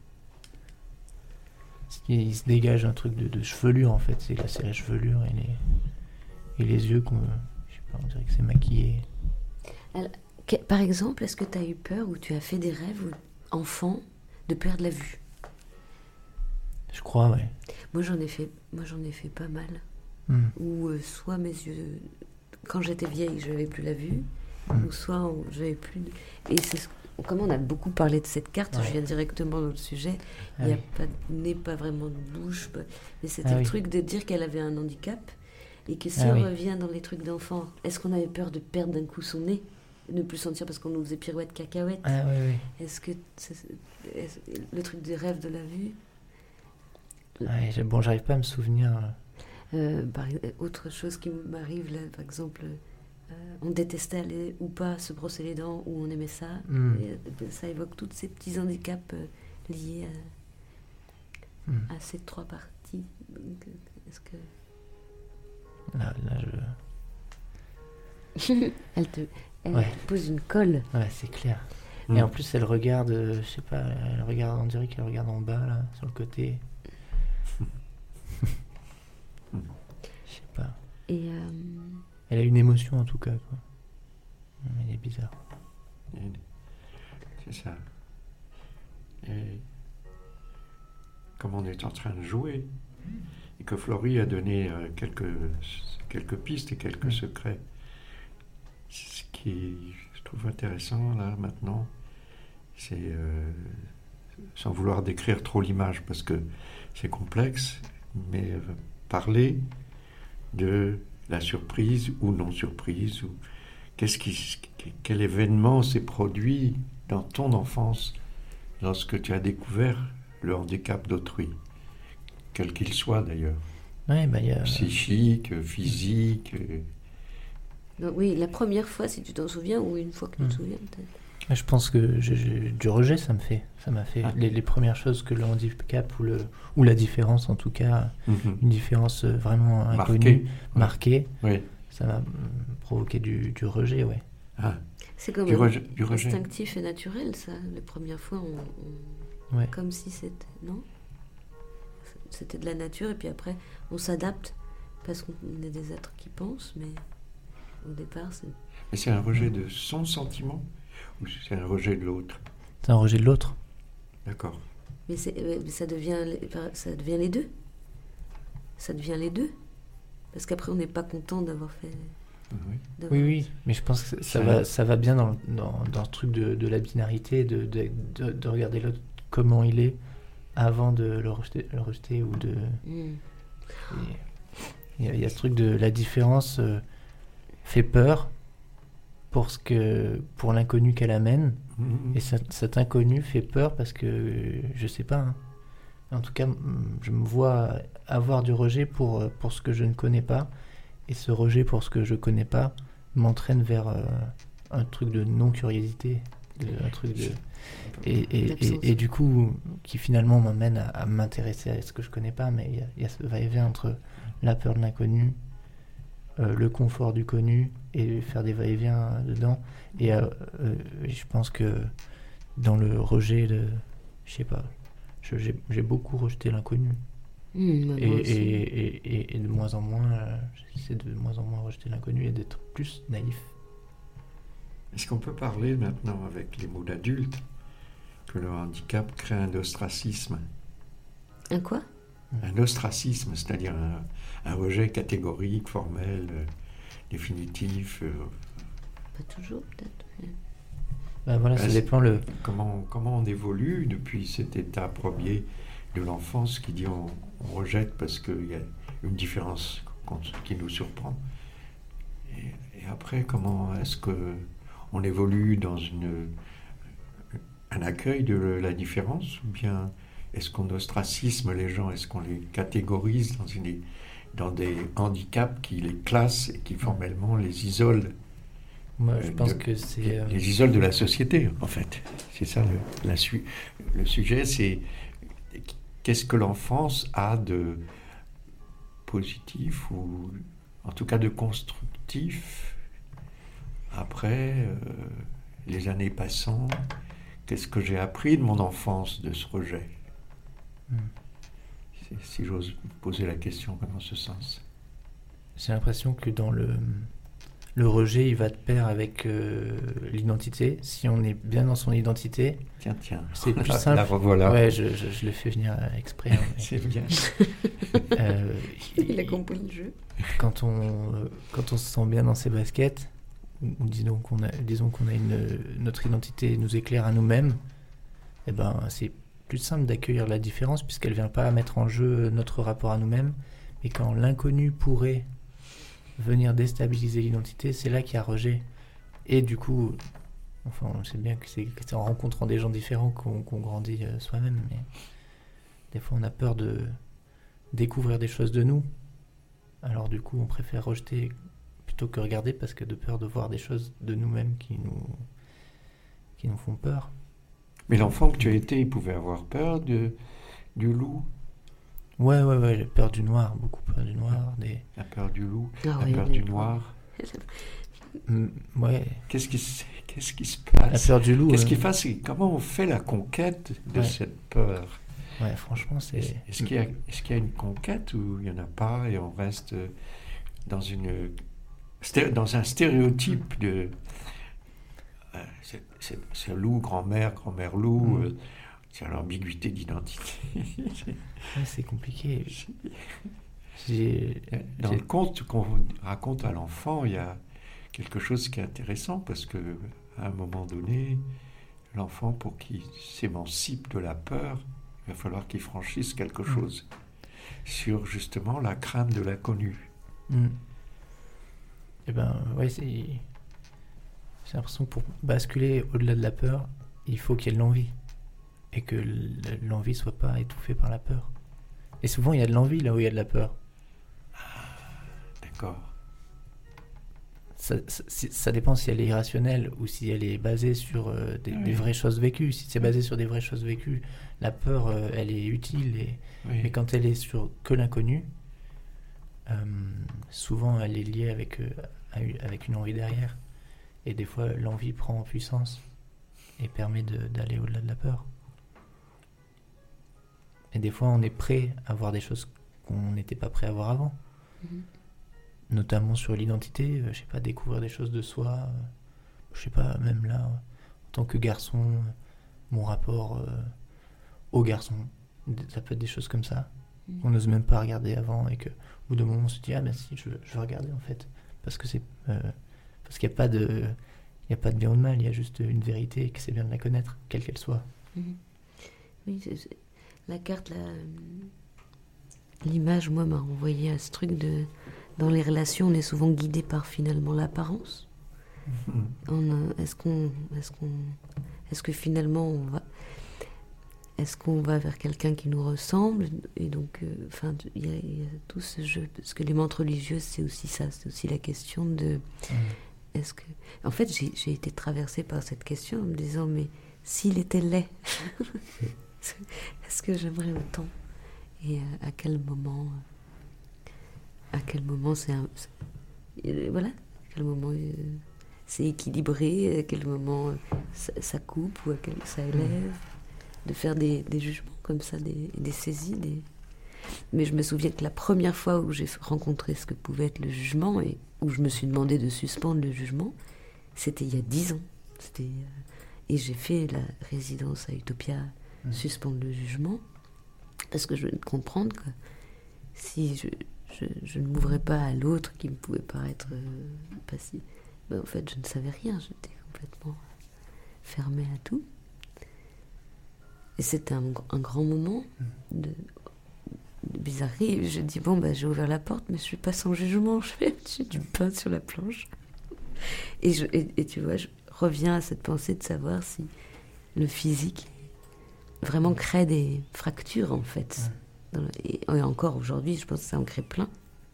Il se dégage un truc de chevelure, en fait. C'est la chevelure et les yeux, je sais pas, on dirait que c'est maquillé. Alors, par exemple, est-ce que tu as eu peur ou tu as fait des rêves enfant de perdre la vue? Je crois, ouais. Moi, j'en ai fait pas mal. Ou soit mes yeux, quand j'étais vieille, je n'avais plus la vue, ou soit j'avais plus. Et comme on a beaucoup parlé de cette carte, je viens directement dans le sujet. Il n'y a pas de nez, pas vraiment de bouche, mais c'était le truc de dire qu'elle avait un handicap et que si on revient dans les trucs d'enfant, est-ce qu'on avait peur de perdre d'un coup son nez, ne plus sentir parce qu'on nous faisait pirouette cacahuète? Est-ce que le truc des rêves de la vue? Bon, j'arrive pas à me souvenir. Autre chose qui m'arrive là, par exemple, on détestait aller ou pas se brosser les dents, ou on aimait ça. Et, ça évoque tous ces petits handicaps liés à ces trois parties. Donc, est-ce que là elle te pose une colle? Ouais, c'est clair. Et en plus, elle regarde, je sais pas, on dirait qu'elle regarde en bas là, sur le côté. Je sais pas. Et elle a une émotion en tout cas, quoi. Elle est bizarre. C'est ça. Et comme on est en train de jouer, et que Florie a donné quelques pistes et quelques secrets, ce qui je trouve intéressant là maintenant, c'est sans vouloir décrire trop l'image parce que c'est complexe, mais parler de la surprise ou non surprise, ou quel événement s'est produit dans ton enfance lorsque tu as découvert le handicap d'autrui, quel qu'il soit d'ailleurs, psychique, physique. Donc, oui, la première fois si tu t'en souviens, ou une fois que tu te souviens peut-être. Je pense que du rejet, ça m'a fait les premières choses que le handicap ou la différence en tout cas, une différence vraiment inconnue, marquée, ça m'a provoqué du rejet, C'est comme du rejet. Instinctif et naturel, ça. Les premières fois, Ouais. Comme si c'était... Non? C'était de la nature, et puis après, on s'adapte, parce qu'on est des êtres qui pensent, mais au départ, c'est... Mais c'est un rejet de son sentiment ou c'est un rejet de l'autre? C'est un rejet de l'autre. D'accord. Mais ça devient les deux. Ça devient les deux. Parce qu'après, on n'est pas content d'avoir fait... Oui. Oui, mais je pense que ça va bien dans le truc de la binarité, de regarder l'autre comment il est avant de le rejeter ou de... Il y a ce truc de la différence fait peur pour l'inconnu qu'elle amène, et cet inconnu fait peur parce que je sais pas, hein. En tout cas, je me vois avoir du rejet pour ce que je ne connais pas, et ce rejet pour ce que je connais pas m'entraîne vers un truc de non-curiosité, un truc de... Et du coup, qui finalement m'amène à m'intéresser à ce que je connais pas, mais il y a ce va-et-vient entre la peur de l'inconnu, le confort du connu, et faire des va-et-vient dedans. Et je pense que dans le rejet je sais pas, j'ai beaucoup rejeté l'inconnu. Et de moins en moins, j'essaie de moins en moins rejeter l'inconnu et d'être plus naïf. Est-ce qu'on peut parler maintenant avec les mots d'adulte que le handicap crée un ostracisme? Un quoi? Un ostracisme, c'est-à-dire un rejet catégorique, formel, définitif. Pas toujours, peut-être. Ben voilà, ça dépend Comment on évolue depuis cet état premier de l'enfance qui dit on rejette parce qu'il y a une différence qui nous surprend. Et après, comment est-ce qu'on évolue dans un accueil de la différence, ou bien est-ce qu'on ostracisme les gens? Est-ce qu'on les catégorise dans des handicaps qui les classent et qui formellement les isolent? Moi, je pense que c'est... Les isolent de la société, en fait. C'est ça le sujet, c'est qu'est-ce que l'enfance a de positif, ou en tout cas de constructif, après les années passant. Qu'est-ce que j'ai appris de mon enfance, de ce rejet? Si j'ose poser la question dans ce sens. J'ai l'impression que dans le rejet, il va de pair avec l'identité. Si on est bien dans son identité, tiens, c'est plus simple. La revoilà. Ouais, je le fais venir exprès. Hein, mais... C'est bien. Il a compris le jeu. Quand on se sent bien dans ses baskets, ou disons qu'on a notre identité nous éclaire à nous-mêmes, eh ben c'est plus simple d'accueillir la différence, puisqu'elle vient pas mettre en jeu notre rapport à nous-mêmes. Et quand l'inconnu pourrait venir déstabiliser l'identité, c'est là qu'il y a rejet. Et du coup, enfin, on sait bien que c'est en rencontrant des gens différents qu'on grandit soi-même, mais des fois on a peur de découvrir des choses de nous. Alors du coup, on préfère rejeter plutôt que regarder, parce que de peur de voir des choses de nous-mêmes qui nous font peur. Mais l'enfant que tu as été, il pouvait avoir peur du loup? Ouais, j'ai peur du noir, beaucoup peur du noir. La peur du loup, Ah, la peur du noir. Ouais. Qu'est-ce qui se passe? La peur du loup. Qu'est-ce qui se passe? Comment on fait la conquête de cette peur? Ouais, franchement, c'est... Est-ce qu'il y a une conquête, ou il n'y en a pas et on reste dans un stéréotype de... c'est loup, grand-mère loup... c'est l'ambiguïté d'identité. Ouais, c'est compliqué. Dans le conte qu'on raconte à l'enfant, il y a quelque chose qui est intéressant, parce que à un moment donné, l'enfant, pour qu'il s'émancipe de la peur, il va falloir qu'il franchisse quelque chose sur justement la crainte de l'inconnu. Et ben ouais, j'ai l'impression que pour basculer au-delà de la peur, il faut qu'il y ait de l'envie, et que l'envie soit pas étouffée par la peur. Et souvent il y a de l'envie là où il y a de la peur. D'accord. Ça dépend si elle est irrationnelle ou si elle est basée sur des vraies choses vécues. Si c'est basé sur des vraies choses vécues, la peur, elle est utile. Mais quand elle est sur que l'inconnu, souvent elle est liée avec une envie derrière. Et des fois, l'envie prend en puissance et permet d'aller au-delà de la peur. Et des fois, on est prêt à voir des choses qu'on n'était pas prêt à voir avant. Notamment sur l'identité, je sais pas, découvrir des choses de soi. Je sais pas, même là, en tant que garçon, mon rapport au garçon. Ça peut être des choses comme ça. On n'ose même pas regarder avant et qu'au bout d'un moment, on se dit, ah ben si, je veux regarder en fait. Parce qu'il n'y a pas de... Il n'y a pas de bien ou de mal, il y a juste une vérité et que c'est bien de la connaître, quelle qu'elle soit. Oui, la carte, l'image, moi, m'a renvoyé à ce truc de... Dans les relations, on est souvent guidé par finalement l'apparence. Est-ce que finalement est-ce qu'on va vers quelqu'un qui nous ressemble? Et donc, il y a tout ce jeu. Parce que les mantres religieuses, c'est aussi ça. C'est aussi la question de... Est-ce que... En fait, j'ai été traversée par cette question en me disant, mais s'il était laid, est-ce que j'aimerais autant? Et à quel moment c'est voilà, à quel moment c'est équilibré, à quel moment ça coupe ou à quel ça élève, de faire des jugements comme ça, des saisies. Mais je me souviens que la première fois où j'ai rencontré ce que pouvait être le jugement et où je me suis demandé de suspendre le jugement, c'était il y a 10 ans. Et j'ai fait la résidence à Utopia, suspendre le jugement, parce que je venais de comprendre que si je ne m'ouvrais pas à l'autre qui me pouvait paraître passif, en fait, je ne savais rien, j'étais complètement fermée à tout. Et c'était un grand moment de bizarrerie. Je dis, j'ai ouvert la porte, mais je suis pas sans jugement, j'ai du pain sur la planche. Et tu vois, je reviens à cette pensée de savoir si le physique vraiment crée des fractures, en fait. Et encore aujourd'hui, je pense que ça en crée plein.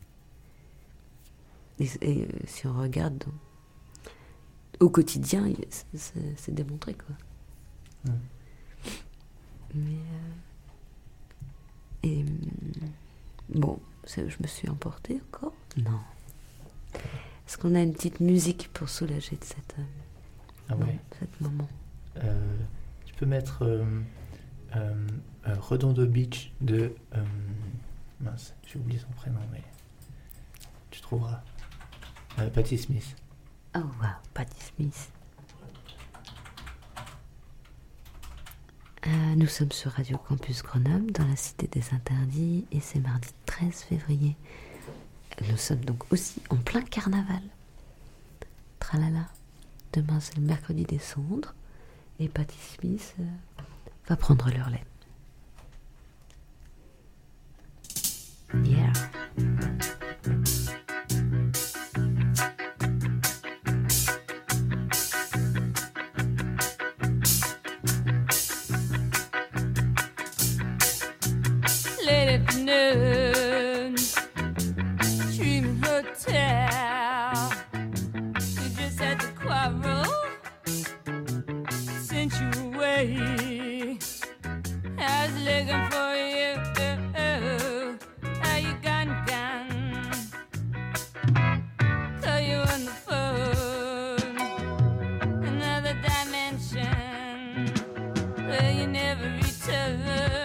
Et si on regarde au quotidien, c'est démontré, quoi. Mais je me suis emportée encore. Non. Est-ce qu'on a une petite musique pour soulager de cet moment? Tu peux mettre Redondo Beach de... mince, j'ai oublié son prénom, mais tu trouveras. Patti Smith. Oh wow, Patti Smith. Nous sommes sur Radio Campus Grenoble, dans la Cité des Interdits, et c'est mardi 13 février. Nous sommes donc aussi en plein carnaval. Tralala. Demain, c'est le mercredi des cendres, et Patti Smith va prendre le relais. Yeah. Late afternoon, Dreaming Hotel. We just had to quarrel, sent you away. I was looking for you. How you gone? Call you on the phone, another dimension where you never returned.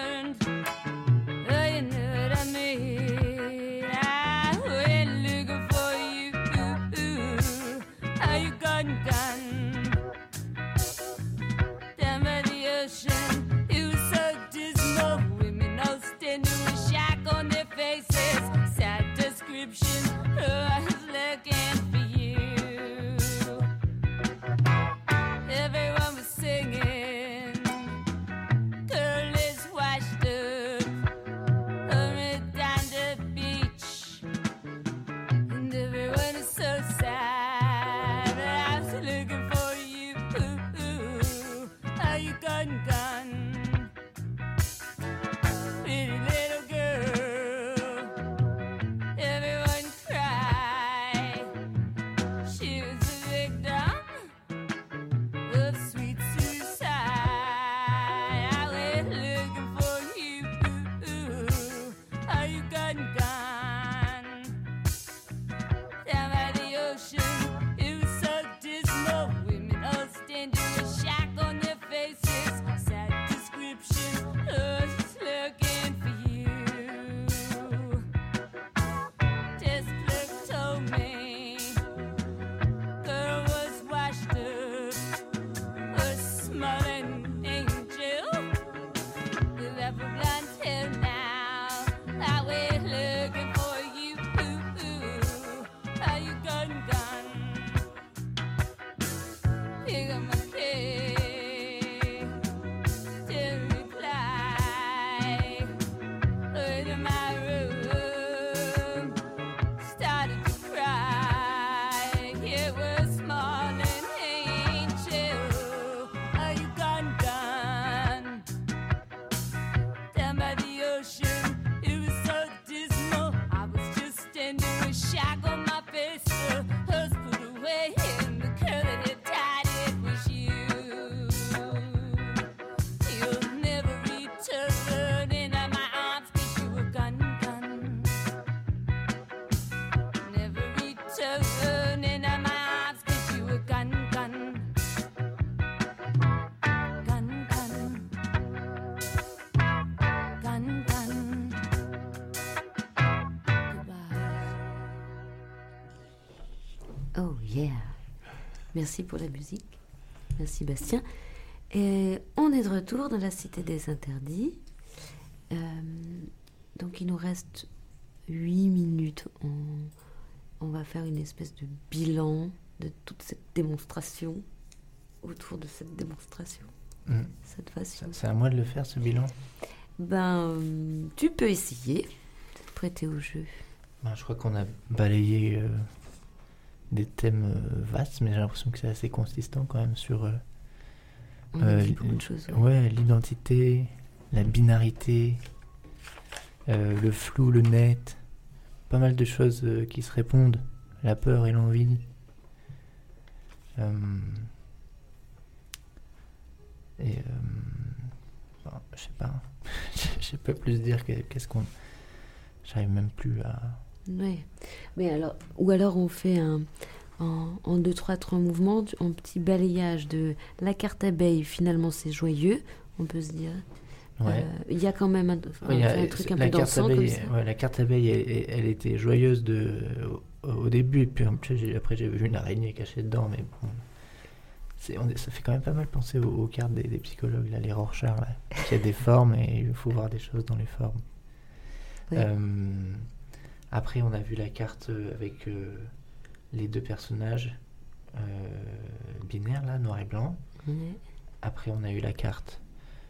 Sad Oh yeah. Merci pour la musique. Merci Bastien. Et on est de retour dans la Cité des Interdits. Donc il nous reste 8 minutes. On va faire une espèce de bilan de toute cette démonstration, autour de cette démonstration. Ça te va si C'est à moi de le faire, ce bilan. Tu peux essayer de te prêter au jeu. Je crois qu'on a balayé des thèmes vastes, mais j'ai l'impression que c'est assez consistant quand même sur On a dit beaucoup de choses. l'identité, la binarité, le flou, le net, pas mal de choses qui se répondent, la peur et l'envie. Je sais pas, je sais pas plus dire qu'est-ce qu'on... J'arrive même plus à... Ouais. Mais alors, ou alors on fait en 2, 3 mouvements, un petit balayage de la carte abeille. Finalement, c'est joyeux, on peut se dire. Ouais. Il y a quand même un truc un peu dansant comme ça. Ouais, la carte abeille, elle était joyeuse au début, et puis après j'ai vu une araignée cachée dedans, mais bon, ça fait quand même pas mal penser aux cartes des psychologues, là, les Rorschach, là, qu'il y a des formes et il faut voir des choses dans les formes. Ouais. Après, on a vu la carte avec les deux personnages binaires, là, noir et blanc. Ouais. Après, on a eu la carte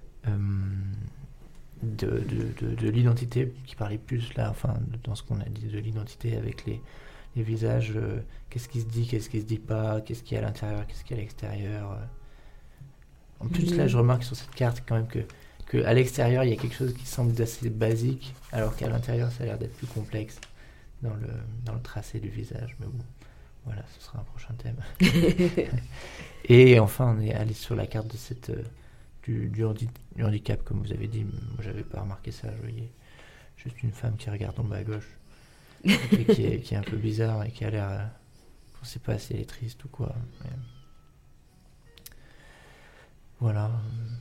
de l'identité qui parlait plus, là, enfin, dans ce qu'on a dit, de l'identité avec les visages, qu'est-ce qui se dit, qu'est-ce qui se dit pas, qu'est-ce qu'il y a à l'intérieur, qu'est-ce qu'il y a à l'extérieur. En plus, là, je remarque sur cette carte quand même que à l'extérieur, il y a quelque chose qui semble assez basique, alors qu'à l'intérieur, ça a l'air d'être plus complexe dans le tracé du visage. Mais bon, voilà, ce sera un prochain thème. Et enfin, on est allé sur la carte de du handicap, comme vous avez dit. Moi, j'avais pas remarqué ça. Je voyais juste une femme qui regarde en bas à gauche, et qui est un peu bizarre et qui a l'air... on sait pas si elle est triste ou quoi. Mais... voilà.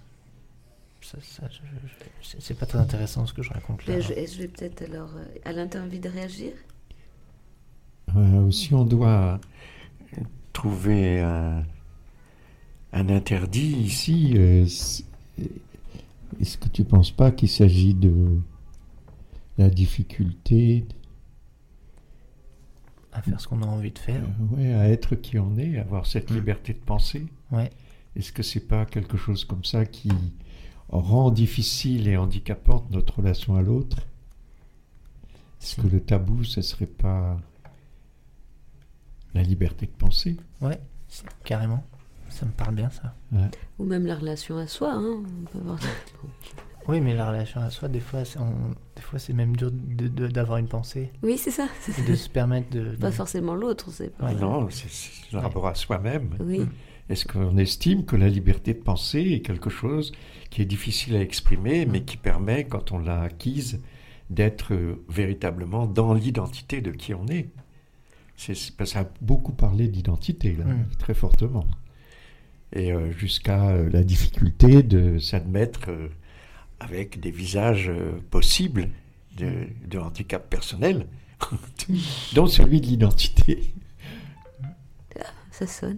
C'est pas très intéressant ce que je raconte là. Je vais peut-être alors... Alain, t'as envie de réagir ? Si on doit trouver un interdit ici, est-ce que tu ne penses pas qu'il s'agit de la difficulté à faire ce qu'on a envie de faire, à être qui on est, avoir cette liberté de penser. Ouais. Est-ce que c'est pas quelque chose comme ça qui rend difficile et handicapante notre relation à l'autre? Est-ce que le tabou, ce serait pas la liberté de penser? Ouais, carrément. Ça me parle bien, ça. Ouais. Ou même la relation à soi, hein. On peut voir... Oui, mais la relation à soi, des fois, c'est même dur d'avoir une pensée. Oui, c'est ça. Et de se permettre de... Pas forcément l'autre, c'est pas... Non, c'est le rapport à soi-même. Oui. Est-ce qu'on estime que la liberté de penser est quelque chose qui est difficile à exprimer, mais qui permet, quand on l'a acquise, d'être véritablement dans l'identité de qui on est? Ça a beaucoup parlé d'identité, là, très fortement. Et jusqu'à la difficulté de s'admettre avec des visages possibles de handicap personnel, dont celui de l'identité. Ça sonne.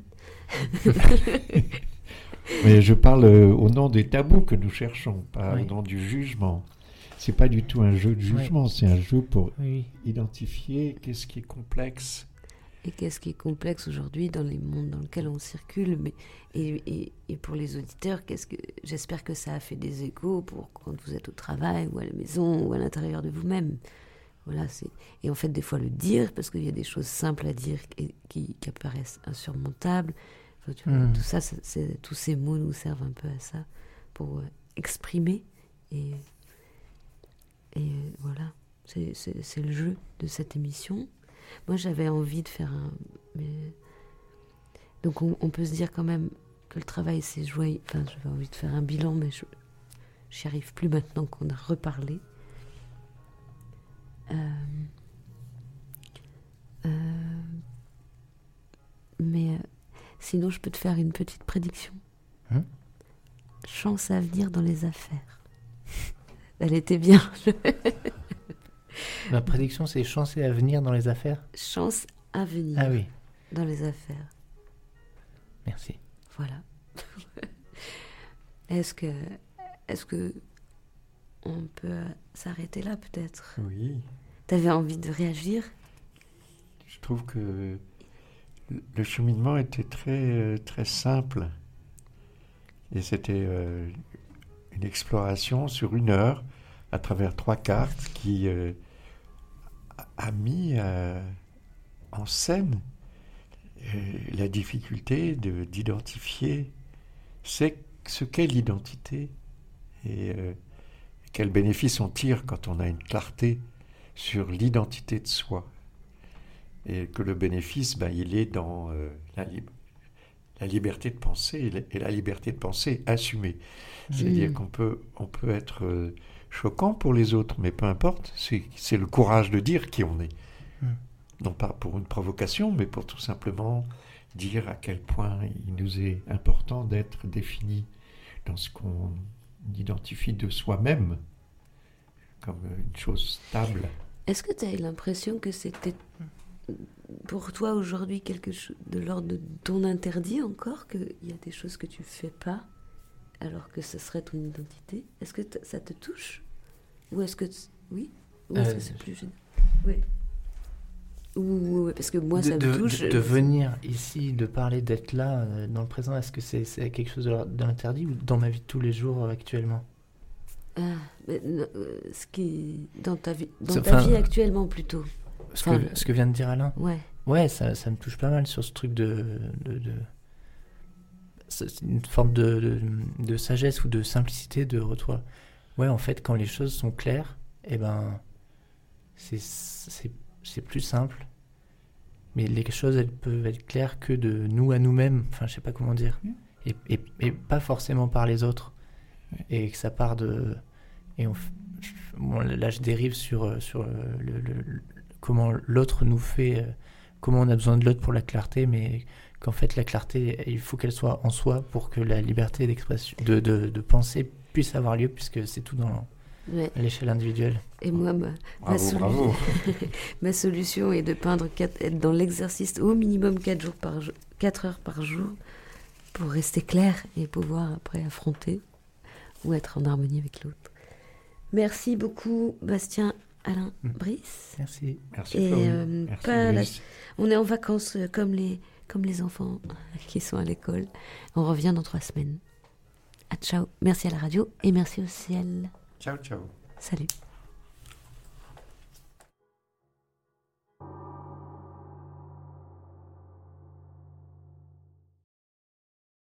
Mais je parle au nom des tabous que nous cherchons, pas au nom du jugement. C'est pas du tout un jeu de jugement, c'est un jeu pour identifier qu'est-ce qui est complexe. Et qu'est-ce qui est complexe aujourd'hui dans les mondes dans lesquels on circule, mais et pour les auditeurs, j'espère que ça a fait des échos pour quand vous êtes au travail ou à la maison ou à l'intérieur de vous-même. Voilà, et en fait des fois le dire, parce qu'il y a des choses simples à dire qui apparaissent insurmontables. Enfin, tu vois, tout ça, tous ces mots nous servent un peu à ça, pour exprimer et voilà, c'est le jeu de cette émission. Moi, j'avais envie de faire donc, on peut se dire quand même que le travail, c'est joyeux. Enfin, j'avais envie de faire un bilan, mais je n'y arrive plus maintenant qu'on a reparlé. Mais sinon, je peux te faire une petite prédiction. Chance à venir dans les affaires. Elle était bien. Ma prédiction, c'est chance et avenir dans les affaires. Chance à venir. Ah oui. dans les affaires. Merci. Voilà. Est-ce que on peut s'arrêter là, peut-être? Oui, T'avais envie de réagir? je trouve que le cheminement était très, très simple. Et c'était une exploration sur 1 heure à travers 3 cartes qui a mis en scène la difficulté d'identifier ce qu'est l'identité et quel bénéfice on tire quand on a une clarté sur l'identité de soi. Et que le bénéfice, il est dans la liberté de penser et la liberté de penser assumée. C'est-à-dire qu'on peut être choquant pour les autres, mais peu importe, c'est le courage de dire qui on est. Non pas pour une provocation, mais pour tout simplement dire à quel point il nous est important d'être défini dans ce qu'on identifie de soi-même comme une chose stable. Est-ce que tu as eu l'impression que c'était pour toi aujourd'hui quelque chose de l'ordre de ton interdit encore, qu'il y a des choses que tu fais pas alors que ce serait ton identité? Est-ce que ça te touche? Ou est-ce que oui? Ou est-ce que c'est plus général? Oui. Ou parce que moi ça me touche. De venir ici, de parler, d'être là dans le présent, est-ce que c'est quelque chose de l'interdit ou dans ma vie de tous les jours actuellement? Ce qui dans ta vie vie actuellement plutôt. Ce que vient de dire Alain. Ouais, ça me touche pas mal sur ce truc c'est une forme de sagesse ou de simplicité de retour. Ouais, en fait, quand les choses sont claires, c'est plus simple. Mais les choses, elles peuvent être claires que de nous à nous-mêmes. Enfin, je sais pas comment dire. Et pas forcément par les autres. Et que ça part de... Et là, je dérive sur comment l'autre nous fait... comment on a besoin de l'autre pour la clarté, mais qu'en fait, la clarté, il faut qu'elle soit en soi pour que la liberté d'expression, de penser puisse avoir lieu, puisque c'est tout dans l'échelle individuelle. Et moi, ma solution est de peindre, être dans l'exercice au minimum 4 heures par jour pour rester clair et pouvoir après affronter ou être en harmonie avec l'autre. Merci beaucoup, Bastien, Alain, Brice. Merci. Merci, et Merci, on est en vacances comme les enfants qui sont à l'école. On revient dans 3 semaines. Ciao. Merci à la radio et merci au ciel. Ciao, ciao. Salut.